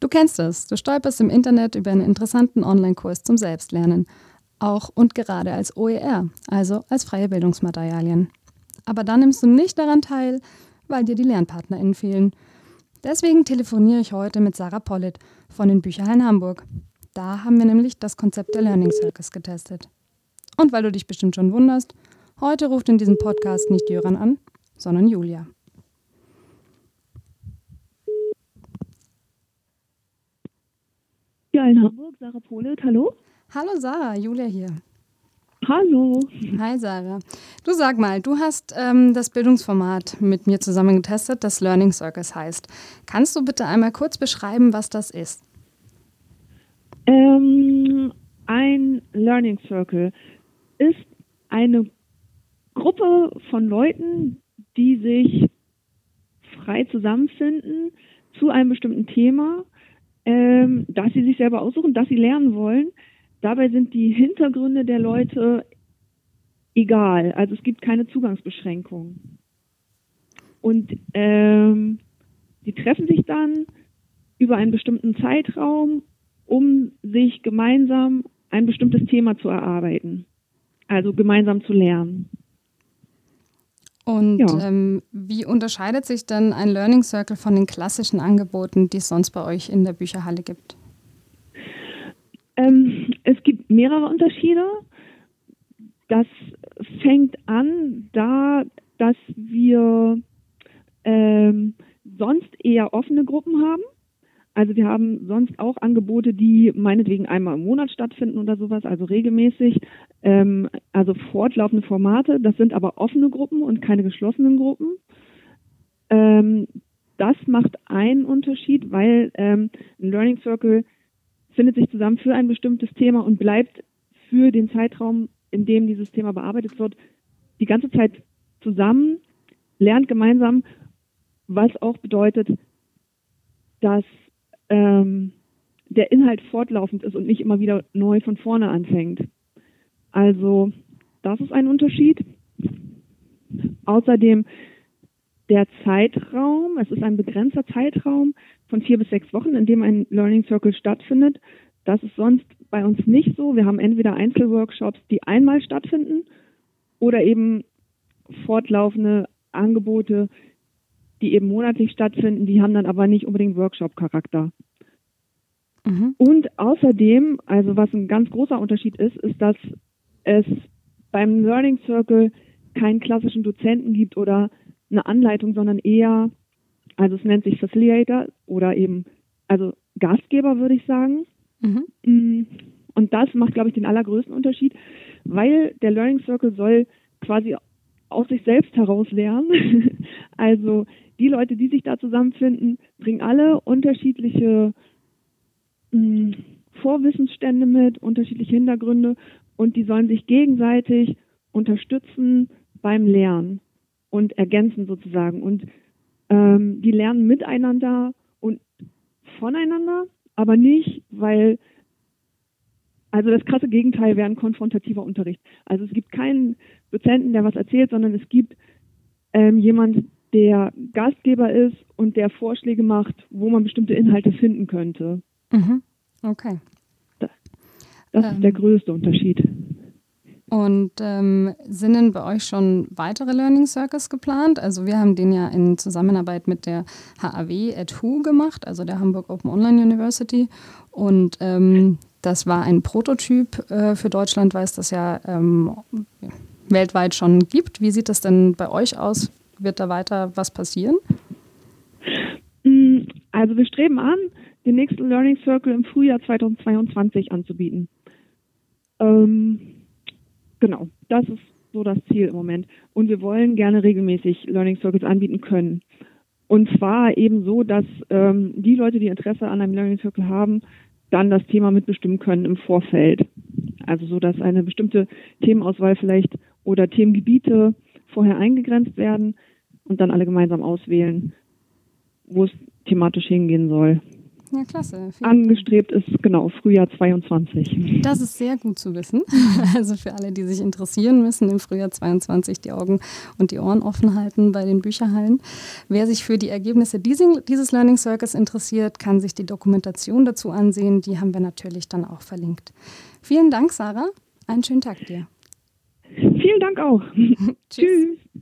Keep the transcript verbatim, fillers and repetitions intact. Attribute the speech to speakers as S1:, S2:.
S1: Du kennst es, du stolperst im Internet über einen interessanten Online-Kurs zum Selbstlernen. Auch und gerade als O E R, also als freie Bildungsmaterialien. Aber dann nimmst du nicht daran teil, weil dir die LernpartnerInnen fehlen. Deswegen telefoniere ich heute mit Sarah Pollitt von den Bücherhallen Hamburg. Da haben wir nämlich das Konzept der Learning Circles getestet. Und weil du dich bestimmt schon wunderst, heute ruft in diesem Podcast nicht Jöran an, sondern Julia.
S2: Ja, in Hamburg, Sarah Pollitt, hallo?
S1: Hallo Sarah, Julia hier.
S2: Hallo.
S1: Hi Sarah. Du sag mal, du hast ähm, das Bildungsformat mit mir zusammen getestet, das Learning Circles heißt. Kannst du bitte einmal kurz beschreiben, was das ist?
S2: Ähm, ein Learning Circle ist eine Gruppe von Leuten, die sich frei zusammenfinden zu einem bestimmten Thema, ähm, das sie sich selber aussuchen, das sie lernen wollen. Dabei sind die Hintergründe der Leute egal. Also es gibt keine Zugangsbeschränkungen. Und ähm, die treffen sich dann über einen bestimmten Zeitraum, um sich gemeinsam ein bestimmtes Thema zu erarbeiten. Also gemeinsam zu lernen.
S1: Und
S2: Ja.
S1: ähm, wie unterscheidet sich denn ein Learning Circle von den klassischen Angeboten, die es sonst bei euch in der Bücherhalle gibt?
S2: Ähm, es gibt mehrere Unterschiede. Das fängt an, da, dass wir ähm, sonst eher offene Gruppen haben. Also wir haben sonst auch Angebote, die meinetwegen einmal im Monat stattfinden oder sowas, also regelmäßig, ähm, also fortlaufende Formate. Das sind aber offene Gruppen und keine geschlossenen Gruppen. Ähm, das macht einen Unterschied, weil ähm, ein Learning Circle findet sich zusammen für ein bestimmtes Thema und bleibt für den Zeitraum, in dem dieses Thema bearbeitet wird, die ganze Zeit zusammen, lernt gemeinsam, was auch bedeutet, dass ähm, der Inhalt fortlaufend ist und nicht immer wieder neu von vorne anfängt. Also das ist ein Unterschied. Außerdem der Zeitraum, es ist ein begrenzter Zeitraum von vier bis sechs Wochen, in dem ein Learning Circle stattfindet. Das ist sonst bei uns nicht so. Wir haben entweder Einzelworkshops, die einmal stattfinden oder eben fortlaufende Angebote, die eben monatlich stattfinden, die haben dann aber nicht unbedingt Workshop-Charakter. Mhm. Und außerdem, also was ein ganz großer Unterschied ist, ist, dass es beim Learning Circle keinen klassischen Dozenten gibt oder eine Anleitung, sondern eher, also es nennt sich Facilitator oder eben, also Gastgeber, würde ich sagen. Mhm. Und das macht, glaube ich, den allergrößten Unterschied, weil der Learning Circle soll quasi aus sich selbst heraus lernen. Also die Leute, die sich da zusammenfinden, bringen alle unterschiedliche mh, Vorwissensstände mit, unterschiedliche Hintergründe und die sollen sich gegenseitig unterstützen beim Lernen und ergänzen sozusagen. Und ähm, die lernen miteinander und voneinander, aber nicht, weil, also das krasse Gegenteil wäre ein konfrontativer Unterricht. Also es gibt keinen Dozenten, der was erzählt, sondern es gibt ähm, jemand, der Gastgeber ist und der Vorschläge macht, wo man bestimmte Inhalte finden könnte.
S1: Mhm. Okay.
S2: Das, das ähm, ist der größte Unterschied.
S1: Und ähm, sind denn bei euch schon weitere Learning Circles geplant? Also wir haben den ja in Zusammenarbeit mit der H A W at H U gemacht, also der Hamburg Open Online University. Und ähm, das war ein Prototyp äh, für Deutschland, weil es das ja ähm, weltweit schon gibt. Wie sieht das denn bei euch aus? Wird da weiter was passieren?
S2: Also wir streben an, den nächsten Learning Circle im Frühjahr zweitausendzweiundzwanzig anzubieten. Ähm, genau, das ist so das Ziel im Moment. Und wir wollen gerne regelmäßig Learning Circles anbieten können. Und zwar eben so, dass ähm, die Leute, die Interesse an einem Learning Circle haben, dann das Thema mitbestimmen können im Vorfeld. Also so, dass eine bestimmte Themenauswahl vielleicht oder Themengebiete vorher eingegrenzt werden und dann alle gemeinsam auswählen, wo es thematisch hingehen soll.
S1: Ja, klasse. Vielen
S2: Angestrebt ist genau Frühjahr zweiundzwanzig.
S1: Das ist sehr gut zu wissen. Also für alle, die sich interessieren, müssen im Frühjahr zweiundzwanzig die Augen und die Ohren offen halten bei den Bücherhallen. Wer sich für die Ergebnisse dieses Learning Circles interessiert, kann sich die Dokumentation dazu ansehen. Die haben wir natürlich dann auch verlinkt. Vielen Dank, Sarah. Einen schönen Tag dir.
S2: Vielen Dank auch.
S1: Tschüss.